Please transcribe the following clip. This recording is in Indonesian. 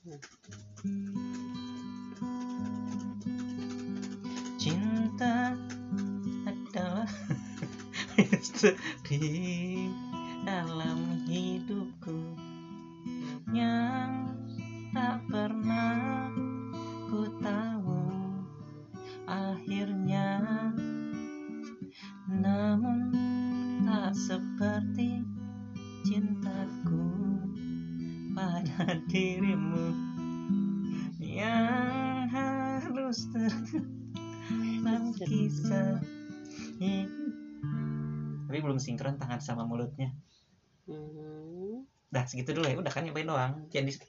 Cinta adalah di dalam hidupku yang tak pernah ku tahu akhirnya, namun tak seperti cintaku pada dirimu yang harus dalam kisah. Tapi belum sinkron tangan sama mulutnya. Dah segitu dulu ya, udah kan nyobain doang. Jadi